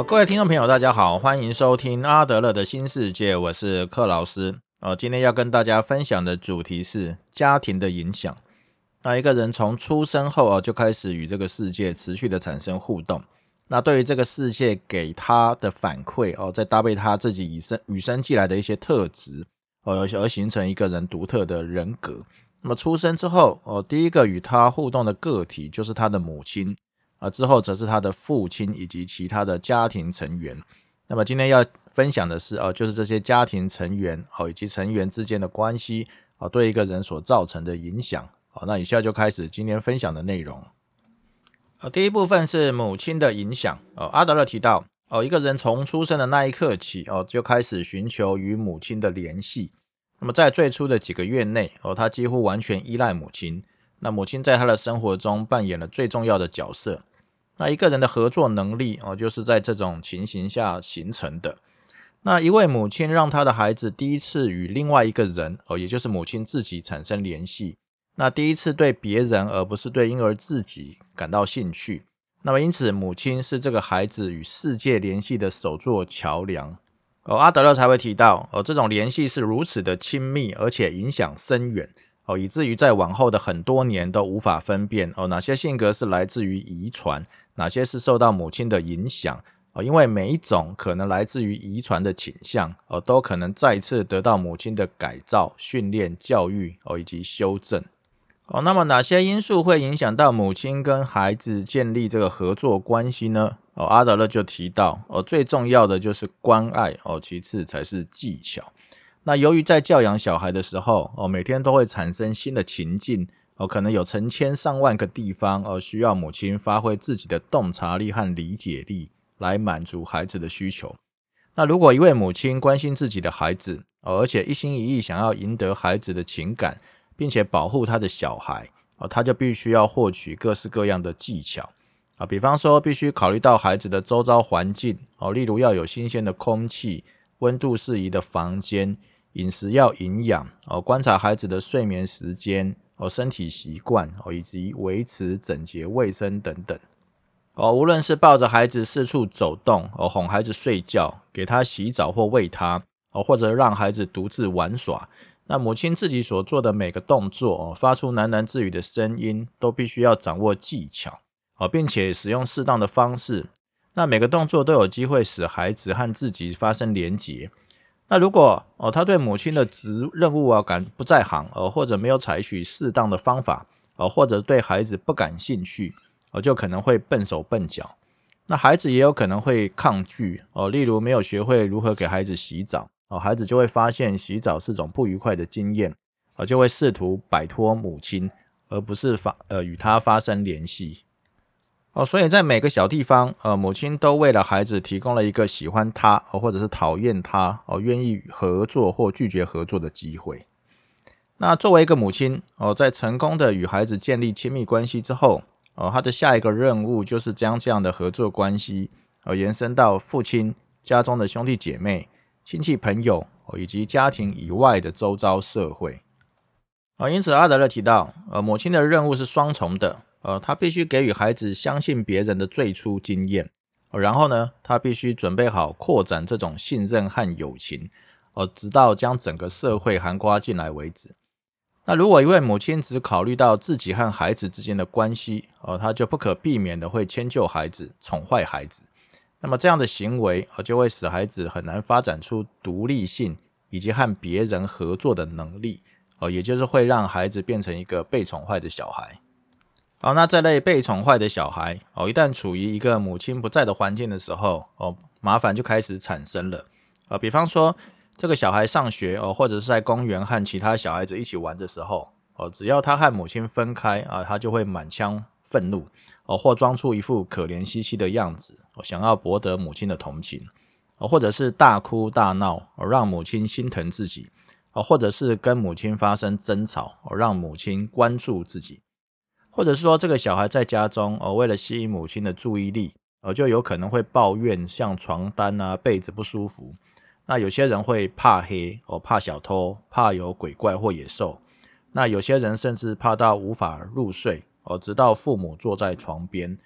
各位听众朋友大家好，欢迎收听阿德勒的新世界，我是克劳斯。今天要跟大家分享的主题是家庭的影响。那一个人从出生后就开始与这个世界持续的产生互动，那对于这个世界给他的反馈再搭配他自己与生俱来的一些特质而形成一个人独特的人格。那么出生之后第一个与他互动的个体就是他的母亲，之后则是他的父亲以及其他的家庭成员。那么今天要分享的是就是这些家庭成员以及成员之间的关系对一个人所造成的影响。那以下就开始今天分享的内容。第一部分是母亲的影响。阿德勒提到一个人从出生的那一刻起就开始寻求与母亲的联系。那么在最初的几个月内他几乎完全依赖母亲，那母亲在他的生活中扮演了最重要的角色。那一个人的合作能力就是在这种情形下形成的。那一位母亲让她的孩子第一次与另外一个人也就是母亲自己产生联系，那第一次对别人而不是对婴儿自己感到兴趣。那么因此母亲是这个孩子与世界联系的首座桥梁。阿德勒才会提到这种联系是如此的亲密而且影响深远以至于在往后的很多年都无法分辨哪些性格是来自于遗传，哪些是受到母亲的影响因为每一种可能来自于遗传的倾向都可能再次得到母亲的改造、训练、教育以及修正。那么哪些因素会影响到母亲跟孩子建立这个合作关系呢？阿德勒就提到最重要的就是关爱其次才是技巧。那由于在教养小孩的时候每天都会产生新的情境可能有成千上万个地方需要母亲发挥自己的洞察力和理解力来满足孩子的需求。那如果一位母亲关心自己的孩子而且一心一意想要赢得孩子的情感，并且保护他的小孩他就必须要获取各式各样的技巧比方说必须考虑到孩子的周遭环境例如要有新鲜的空气、温度适宜的房间、饮食要营养观察孩子的睡眠时间身体习惯以及维持整洁卫生等等无论是抱着孩子四处走动哄孩子睡觉、给他洗澡或喂他或者让孩子独自玩耍，那母亲自己所做的每个动作发出喃喃自语的声音都必须要掌握技巧并且使用适当的方式。那每个动作都有机会使孩子和自己发生连结。那如果他对母亲的任务感不在行或者没有采取适当的方法或者对孩子不感兴趣就可能会笨手笨脚。那孩子也有可能会抗拒例如没有学会如何给孩子洗澡孩子就会发现洗澡是种不愉快的经验就会试图摆脱母亲，而不是与她发生联系所以在每个小地方母亲都为了孩子提供了一个喜欢他或者是讨厌他愿意合作或拒绝合作的机会。那作为一个母亲在成功的与孩子建立亲密关系之后他的下一个任务就是将这样的合作关系延伸到父亲、家中的兄弟姐妹、亲戚朋友以及家庭以外的周遭社会因此阿德勒提到母亲的任务是双重的他必须给予孩子相信别人的最初经验然后呢他必须准备好扩展这种信任和友情直到将整个社会涵盖进来为止。那如果一位母亲只考虑到自己和孩子之间的关系他就不可避免的会迁就孩子、宠坏孩子。那么这样的行为就会使孩子很难发展出独立性以及和别人合作的能力也就是会让孩子变成一个被宠坏的小孩。那这类被宠坏的小孩一旦处于一个母亲不在的环境的时候麻烦就开始产生了比方说这个小孩上学或者是在公园和其他小孩子一起玩的时候只要他和母亲分开他就会满腔愤怒或装出一副可怜兮兮的样子想要博得母亲的同情或者是大哭大闹让母亲心疼自己或者是跟母亲发生争吵让母亲关注自己，或者是说这个小孩在家中为了吸引母亲的注意力就有可能会抱怨像床单被子不舒服。那有些人会怕黑怕小偷，怕有鬼怪或野兽。那有些人甚至怕到无法入睡直到父母坐在床边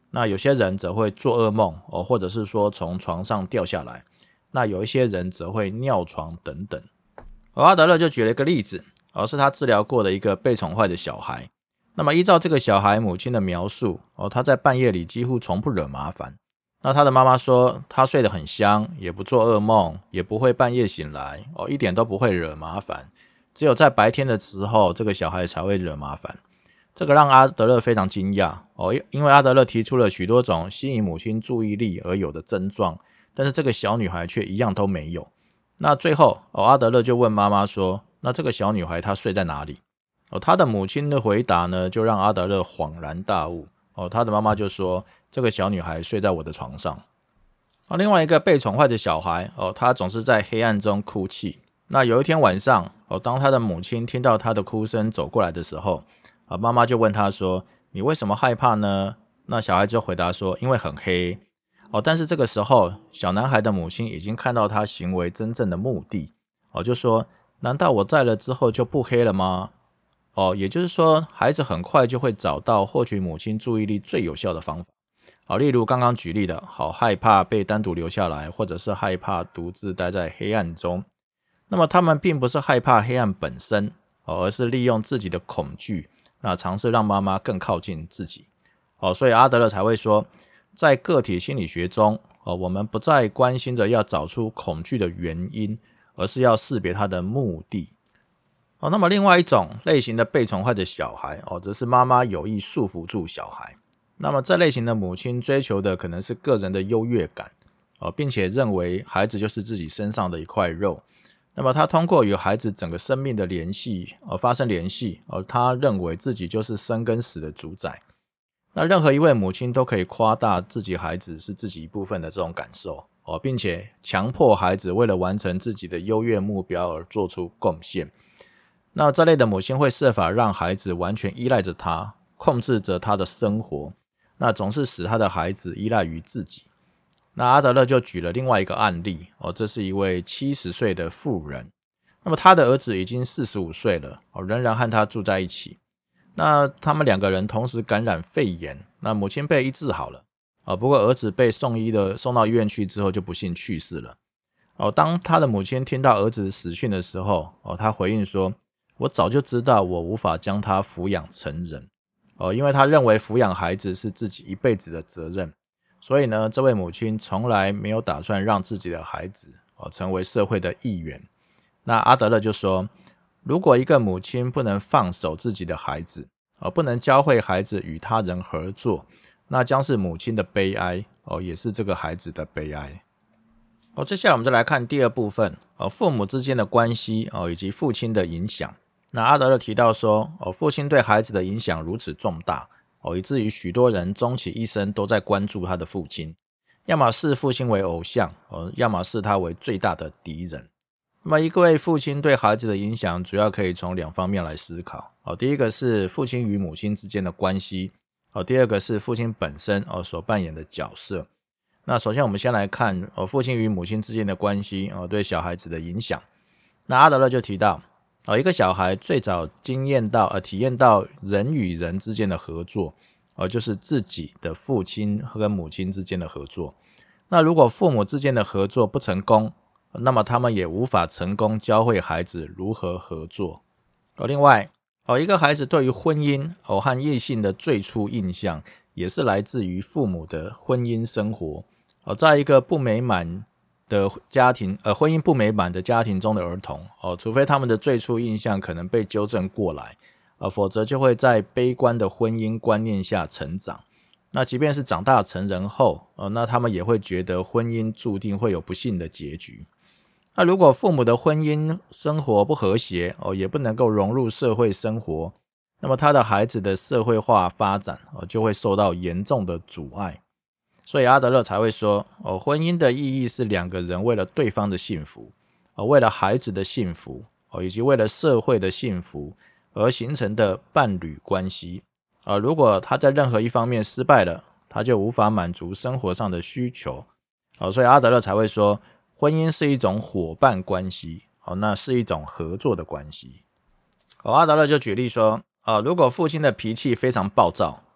那有些人则会做噩梦或者是说从床上掉下来，那有一些人则会尿床等等。阿德勒就举了一个例子，是他治疗过的一个被宠坏的小孩。那么依照这个小孩母亲的描述，他在半夜里几乎从不惹麻烦。那他的妈妈说，他睡得很香，也不做噩梦，也不会半夜醒来，一点都不会惹麻烦。只有在白天的时候，这个小孩才会惹麻烦。这个让阿德勒非常惊讶，因为阿德勒提出了许多种吸引母亲注意力而有的症状，但是这个小女孩却一样都没有。那最后，阿德勒就问妈妈说，那这个小女孩她睡在哪里？她的母亲的回答呢，就让阿德勒恍然大悟。她的妈妈就说，这个小女孩睡在我的床上。另外一个被宠坏的小孩，他总是在黑暗中哭泣。那有一天晚上，当他的母亲听到他的哭声走过来的时候，妈妈就问他说，你为什么害怕呢？那小孩就回答说，因为很黑。但是这个时候，小男孩的母亲已经看到他行为真正的目的，就说，难道我在了之后就不黑了吗？也就是说，孩子很快就会找到获取母亲注意力最有效的方法。例如刚刚举例的，害怕被单独留下来，或者是害怕独自待在黑暗中。那么他们并不是害怕黑暗本身，而是利用自己的恐惧，那尝试让妈妈更靠近自己。所以阿德勒才会说，在个体心理学中，我们不再关心着要找出恐惧的原因，而是要识别它的目的。那么另外一种类型的被宠坏的小孩，则是妈妈有意束缚住小孩。那么这类型的母亲追求的可能是个人的优越感，并且认为孩子就是自己身上的一块肉。那么他通过与孩子整个生命的联系发生联系，他认为自己就是生跟死的主宰。那任何一位母亲都可以夸大自己孩子是自己一部分的这种感受，并且强迫孩子为了完成自己的优越目标而做出贡献。那这类的母亲会设法让孩子完全依赖着他，控制着他的生活，那总是使他的孩子依赖于自己。那阿德勒就举了另外一个案例，这是一位70岁的妇人。那么他的儿子已经45岁了，仍然和他住在一起。那他们两个人同时感染肺炎，那母亲被医治好了，不过儿子被送到医院去之后就不幸去世了。当他的母亲听到儿子死讯的时候，他回应说，我早就知道我无法将他抚养成人，因为他认为抚养孩子是自己一辈子的责任，所以呢，这位母亲从来没有打算让自己的孩子成为社会的一员。那阿德勒就说，如果一个母亲不能放手自己的孩子，不能教会孩子与他人合作，那将是母亲的悲哀，也是这个孩子的悲哀。接下来我们再来看第二部分，父母之间的关系以及父亲的影响。那阿德勒提到说，父亲对孩子的影响如此重大，以至于许多人终其一生都在关注他的父亲，要么视父亲为偶像，要么视他为最大的敌人。那么一位父亲对孩子的影响主要可以从两方面来思考。第一个是父亲与母亲之间的关系，第二个是父亲本身所扮演的角色。那首先我们先来看父亲与母亲之间的关系对小孩子的影响。那阿德勒就提到，一个小孩最早体验到人与人之间的合作，就是自己的父亲跟母亲之间的合作。那如果父母之间的合作不成功，那么他们也无法成功教会孩子如何合作。另外，一个孩子对于婚姻和异性的最初印象，也是来自于父母的婚姻生活。在一个不美满的家庭，婚姻不美满的家庭中的儿童，除非他们的最初印象可能被纠正过来，否则就会在悲观的婚姻观念下成长。那即便是长大成人后，那他们也会觉得婚姻注定会有不幸的结局。那如果父母的婚姻生活不和谐，也不能够融入社会生活，那么他的孩子的社会化发展就会受到严重的阻碍。所以阿德勒才会说，婚姻的意义是两个人为了对方的幸福，为了孩子的幸福，以及为了社会的幸福而形成的伴侣关系。如果他在任何一方面失败了，他就无法满足生活上的需求。所以阿德勒才会说，婚姻是一种伙伴关系，那是一种合作的关系。阿德勒就举例说，如果父亲的脾气非常暴躁，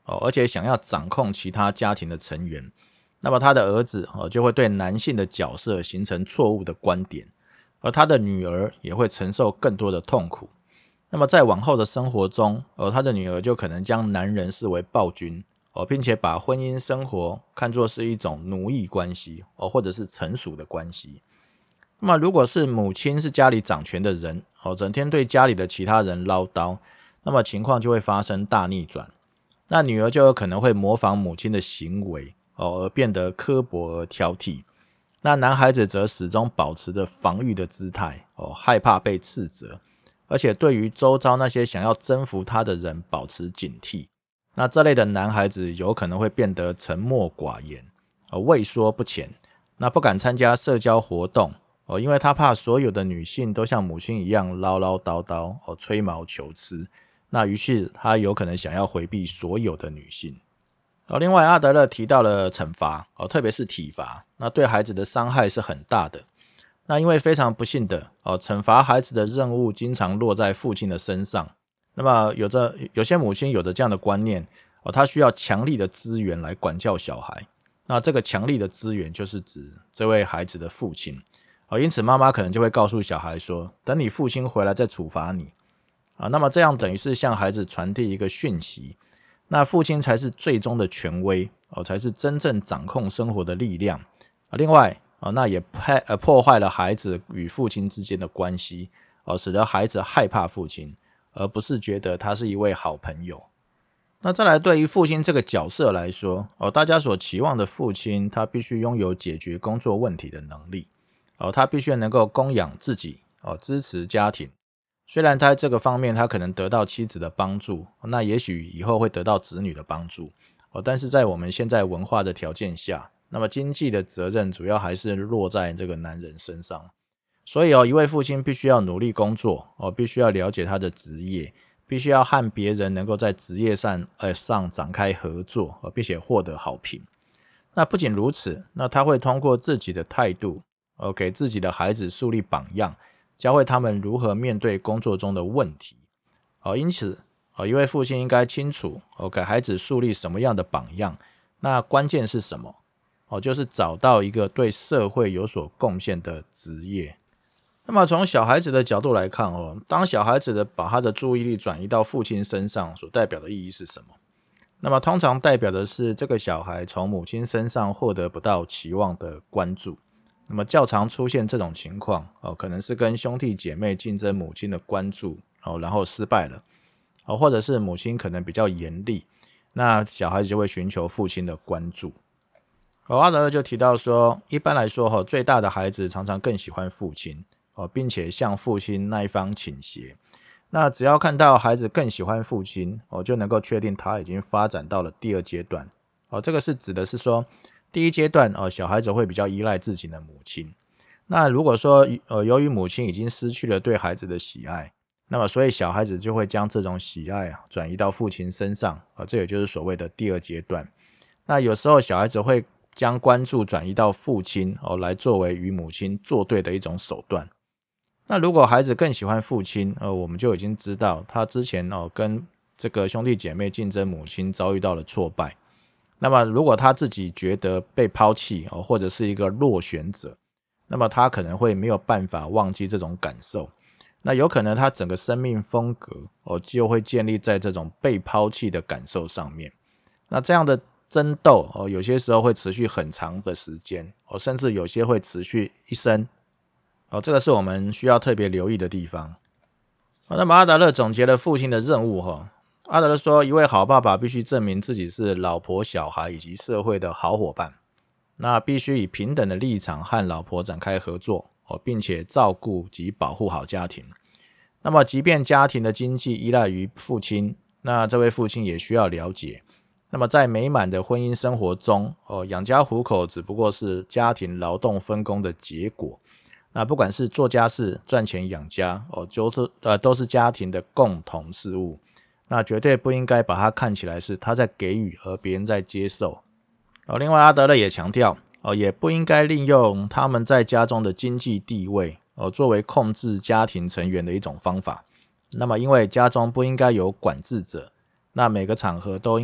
而且想要掌控其他家庭的成员，那么他的儿子就会对男性的角色形成错误的观点，而他的女儿也会承受更多的痛苦。那么在往后的生活中，他的女儿就可能将男人视为暴君，并且把婚姻生活看作是一种奴役关系，或者是臣属的关系。那么如果是母亲是家里掌权的人，整天对家里的其他人唠叨，那么情况就会发生大逆转。那女儿就有可能会模仿母亲的行为，而变得刻薄而挑剔。那男孩子则始终保持着防御的姿态，害怕被斥责，而且对于周遭那些想要征服他的人保持警惕。那这类的男孩子有可能会变得沉默寡言，畏缩不前，那不敢参加社交活动，因为他怕所有的女性都像母亲一样唠唠叨叨，吹毛求疵。那于是他有可能想要回避所有的女性。另外阿德勒提到了惩罚，特别是体罚，那对孩子的伤害是很大的。那因为非常不幸的，惩罚孩子的任务经常落在父亲的身上。那么有些母亲有着这样的观念，她需要强力的资源来管教小孩。那这个强力的资源就是指这位孩子的父亲。因此妈妈可能就会告诉小孩说，等你父亲回来再处罚你。那么这样等于是向孩子传递一个讯息，那父亲才是最终的权威，才是真正掌控生活的力量。另外，那也破坏了孩子与父亲之间的关系，使得孩子害怕父亲，而不是觉得他是一位好朋友。那再来，对于父亲这个角色来说，大家所期望的父亲，他必须拥有解决工作问题的能力，他必须能够供养自己，支持家庭。虽然他在这个方面他可能得到妻子的帮助，那也许以后会得到子女的帮助，但是在我们现在文化的条件下，那么经济的责任主要还是落在这个男人身上。所以一位父亲必须要努力工作，必须要了解他的职业，必须要和别人能够在职业上展开合作，并且获得好评。那不仅如此，那他会通过自己的态度，给自己的孩子树立榜样，教会他们如何面对工作中的问题。因此，一位父亲应该清楚，给孩子树立什么样的榜样。那关键是什么？就是找到一个对社会有所贡献的职业。那么从小孩子的角度来看，当小孩子把他的注意力转移到父亲身上，所代表的意义是什么？那么通常代表的是这个小孩从母亲身上获得不到期望的关注。那么较常出现这种情况，可能是跟兄弟姐妹竞争母亲的关注，然后失败了，或者是母亲可能比较严厉，那小孩子就会寻求父亲的关注。阿德勒就提到说，一般来说最大的孩子常常更喜欢父亲，并且向父亲那一方倾斜。那只要看到孩子更喜欢父亲，就能够确定他已经发展到了第二阶段。这个是指的是说，第一阶段小孩子会比较依赖自己的母亲。那如果说由于母亲已经失去了对孩子的喜爱，那么所以小孩子就会将这种喜爱转移到父亲身上，这也就是所谓的第二阶段。那有时候小孩子会将关注转移到父亲，来作为与母亲作对的一种手段。那如果孩子更喜欢父亲，我们就已经知道他之前跟这个兄弟姐妹竞争母亲遭遇到了挫败。那么如果他自己觉得被抛弃，或者是一个落选者，那么他可能会没有办法忘记这种感受。那有可能他整个生命风格就会建立在这种被抛弃的感受上面。那这样的争斗有些时候会持续很长的时间，甚至有些会持续一生。这个是我们需要特别留意的地方。那么阿德勒总结了父亲的任务。阿德勒说，一位好爸爸必须证明自己是老婆、小孩以及社会的好伙伴。那必须以平等的立场和老婆展开合作，并且照顾及保护好家庭。那么即便家庭的经济依赖于父亲，那这位父亲也需要了解，那么在美满的婚姻生活中，养家糊口只不过是家庭劳动分工的结果。那不管是做家事、赚钱养家，都是家庭的共同事务。那绝对不应该把它看起来是他在给予，而别人在接受。另外阿德勒也强调，也不应该利用他们在家中的经济地位，作为控制家庭成员的一种方法。那么因为家中不应该有管制者，那每个场合都应该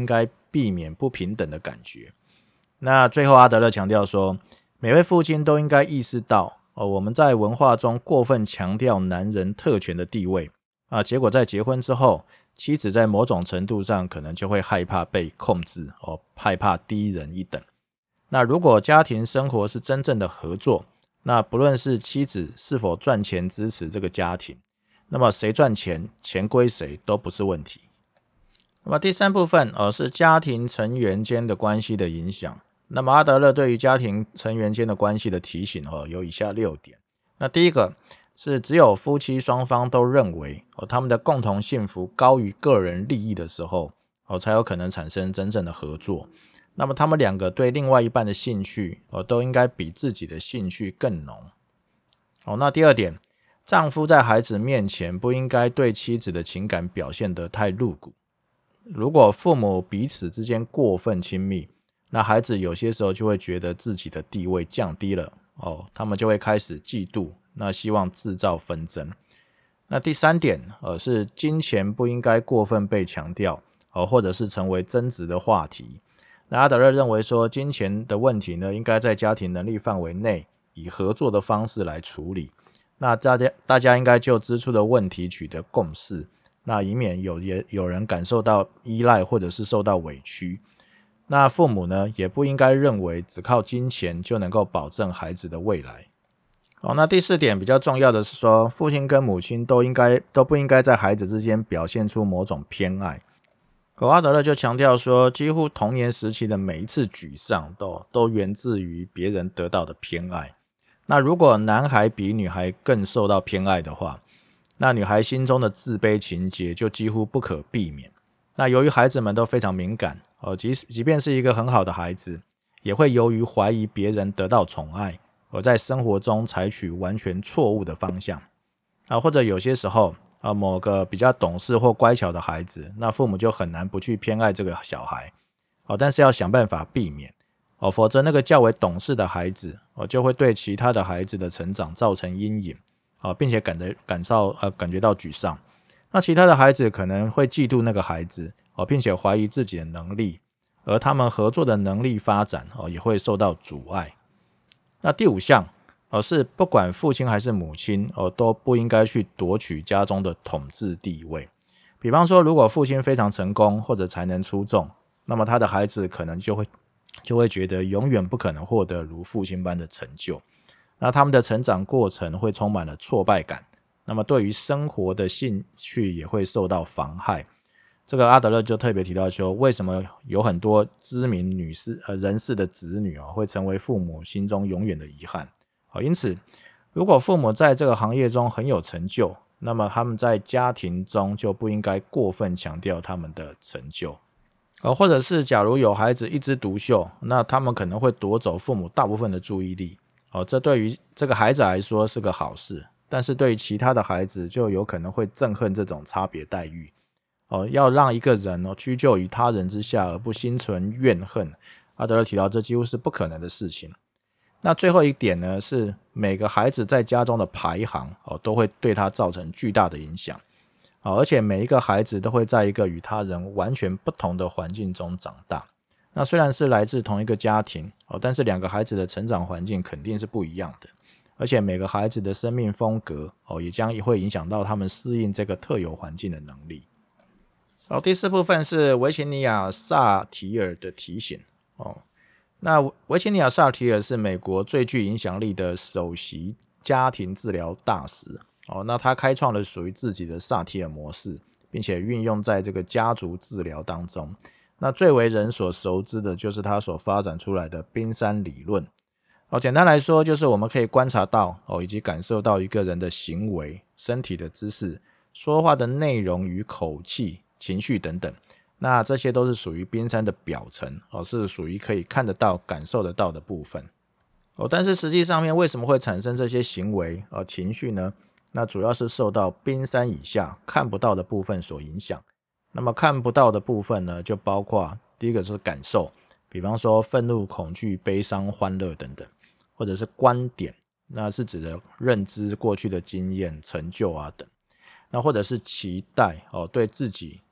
避免不平等的感觉。那最后阿德勒强调说，每位父亲都应该意识到我们在文化中过分强调男人特权的地位结果在结婚之后，妻子在某种程度上可能就会害怕被控制害怕低人一等。那如果家庭生活是真正的合作，那不论是妻子是否赚钱支持这个家庭，那么谁赚钱，钱归谁都不是问题。那么第三部分是家庭成员间的关系的影响。那么阿德勒对于家庭成员间的关系的提醒有以下6点。那第一个是只有夫妻双方都认为他们的共同幸福高于个人利益的时候才有可能产生真正的合作。那么他们两个对另外一半的兴趣都应该比自己的兴趣更浓。那第二点，丈夫在孩子面前不应该对妻子的情感表现得太露骨。如果父母彼此之间过分亲密，那孩子有些时候就会觉得自己的地位降低了他们就会开始嫉妒，那希望制造纷争。那第三点是金钱不应该过分被强调或者是成为争执的话题。那阿德勒认为说，金钱的问题呢，应该在家庭能力范围内以合作的方式来处理。那大家应该就支出的问题取得共识，那以免有人感受到依赖或者是受到委屈。那父母呢，也不应该认为只靠金钱就能够保证孩子的未来。那第4点比较重要的是说，父亲跟母亲都不应该在孩子之间表现出某种偏爱。阿德勒就强调说，几乎童年时期的每一次沮丧都源自于别人得到的偏爱。那如果男孩比女孩更受到偏爱的话，那女孩心中的自卑情节就几乎不可避免。那由于孩子们都非常敏感即便是一个很好的孩子，也会由于怀疑别人得到宠爱而在生活中采取完全错误的方向或者有些时候某个比较懂事或乖巧的孩子，那父母就很难不去偏爱这个小孩但是要想办法避免否则那个较为懂事的孩子就会对其他的孩子的成长造成阴影并且感觉到沮丧。那其他的孩子可能会嫉妒那个孩子并且怀疑自己的能力，而他们合作的能力发展也会受到阻碍。那第5项是不管父亲还是母亲都不应该去夺取家中的统治地位。比方说，如果父亲非常成功或者才能出众，那么他的孩子可能就会觉得永远不可能获得如父亲般的成就。那他们的成长过程会充满了挫败感，那么对于生活的兴趣也会受到妨害。这个阿德勒就特别提到说，为什么有很多知名人士的子女会成为父母心中永远的遗憾。因此如果父母在这个行业中很有成就，那么他们在家庭中就不应该过分强调他们的成就或者是假如有孩子一枝独秀，那他们可能会夺走父母大部分的注意力这对于这个孩子来说是个好事，但是对于其他的孩子就有可能会憎恨这种差别待遇要让一个人屈就于他人之下而不心存怨恨，阿德勒提到这几乎是不可能的事情。那最后一点呢，是每个孩子在家中的排行都会对他造成巨大的影响而且每一个孩子都会在一个与他人完全不同的环境中长大。那虽然是来自同一个家庭但是2个孩子的成长环境肯定是不一样的，而且每个孩子的生命风格也将会影响到他们适应这个特有环境的能力。第4部分是维琴尼亚·萨提尔的提醒那维琴尼亚·萨提尔是美国最具影响力的首席家庭治疗大师那他开创了属于自己的萨提尔模式，并且运用在这个家族治疗当中。那最为人所熟知的就是他所发展出来的冰山理论简单来说，就是我们可以观察到以及感受到一个人的行为、身体的姿势、说话的内容与口气、情绪等等，那这些都是属于冰山的表层是属于可以看得到、感受得到的部分但是实际上面为什么会产生这些行为情绪呢？那主要是受到冰山以下看不到的部分所影响。那么看不到的部分呢，就包括第一个是感受，比方说愤怒、恐惧、悲伤、欢乐等等，或者是观点，那是指的认知、过去的经验、成就等。那或者是期待对自己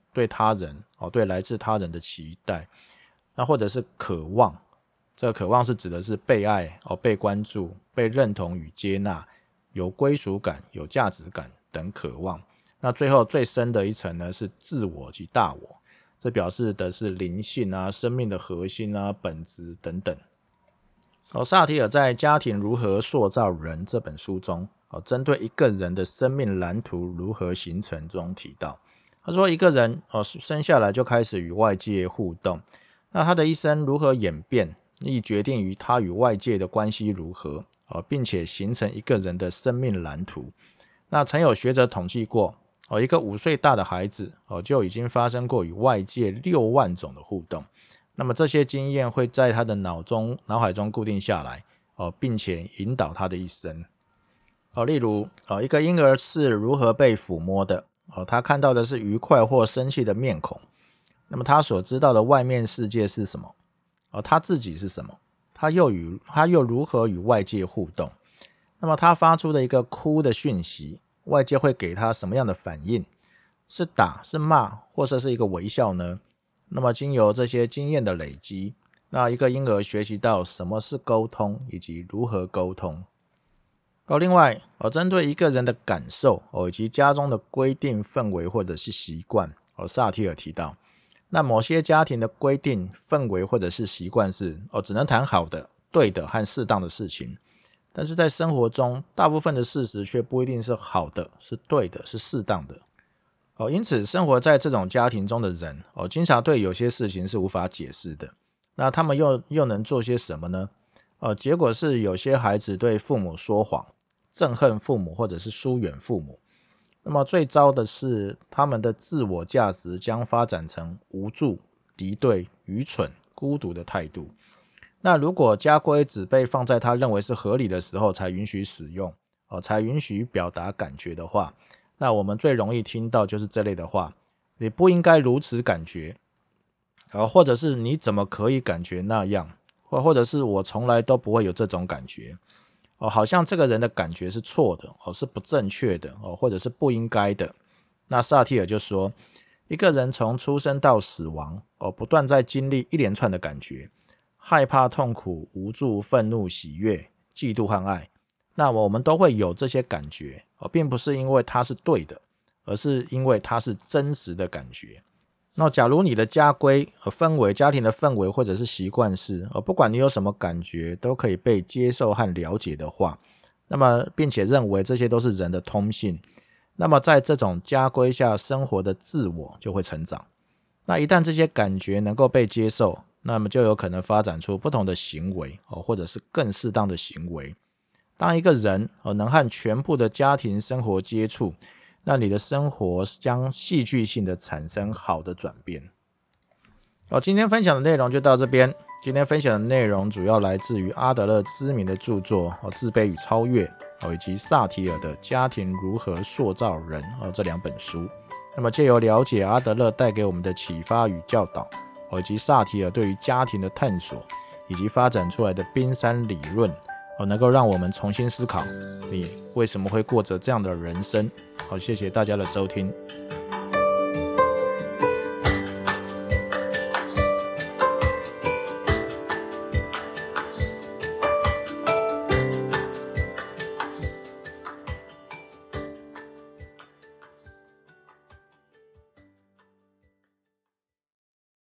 对他人对来自他人的期待，那或者是渴望，这个渴望是指的是被爱被关注、被认同与接纳，有归属感、有价值感等渴望。那最后最深的一层呢是自我及大我，这表示的是灵性啊、生命的核心啊、本质等等。萨提尔在《家庭如何塑造人》这本书中，针对一个人的生命蓝图如何形成中提到，他说一个人生下来就开始与外界互动，那他的一生如何演变，亦决定于他与外界的关系如何，并且形成一个人的生命蓝图。那曾有学者统计过，一个5岁大的孩子就已经发生过与外界6万种的互动。那么这些经验会在他的脑海中固定下来，并且引导他的一生。例如一个婴儿是如何被抚摸的，他看到的是愉快或生气的面孔。那么他所知道的外面世界是什么？他自己是什么？他又如何与外界互动？那么他发出的一个哭的讯息，外界会给他什么样的反应？是打，是骂，或者是一个微笑呢？那么经由这些经验的累积，那一个婴儿学习到什么是沟通以及如何沟通。另外针对一个人的感受以及家中的规定氛围或者是习惯，萨提尔提到，那某些家庭的规定氛围或者是习惯是只能谈好的、对的和适当的事情，但是在生活中大部分的事实却不一定是好的、是对的、是适当的。因此生活在这种家庭中的人经常对有些事情是无法解释的。那他们又能做些什么呢？结果是有些孩子对父母说谎，憎恨父母或者是疏远父母。那么最糟的是，他们的自我价值将发展成无助、敌对、愚蠢、孤独的态度。那如果家规只被放在他认为是合理的时候才允许使用，才允许表达感觉的话，那我们最容易听到就是这类的话，你不应该如此感觉，或者是你怎么可以感觉那样，或者是我从来都不会有这种感觉，好像这个人的感觉是错的，是不正确的，或者是不应该的。那萨提尔就说，一个人从出生到死亡，不断在经历一连串的感觉，害怕、痛苦、无助、愤怒、喜悦、嫉妒和爱。那我们都会有这些感觉，并不是因为它是对的，而是因为它是真实的感觉。那假如你的家规氛围、家庭的氛围或者是习惯是不管你有什么感觉都可以被接受和了解的话，那么并且认为这些都是人的通性，那么在这种家规下生活的自我就会成长。那一旦这些感觉能够被接受，那么就有可能发展出不同的行为，或者是更适当的行为。当一个人能和全部的家庭生活接触，那你的生活将戏剧性的产生好的转变。今天分享的内容就到这边。今天分享的内容主要来自于阿德勒知名的著作《自卑与超越》以及萨提尔的《家庭如何塑造人》这2本书。那么借由了解阿德勒带给我们的启发与教导，以及萨提尔对于家庭的探索，以及发展出来的冰山理论，能够让我们重新思考你为什么会过着这样的人生。谢谢大家的收听。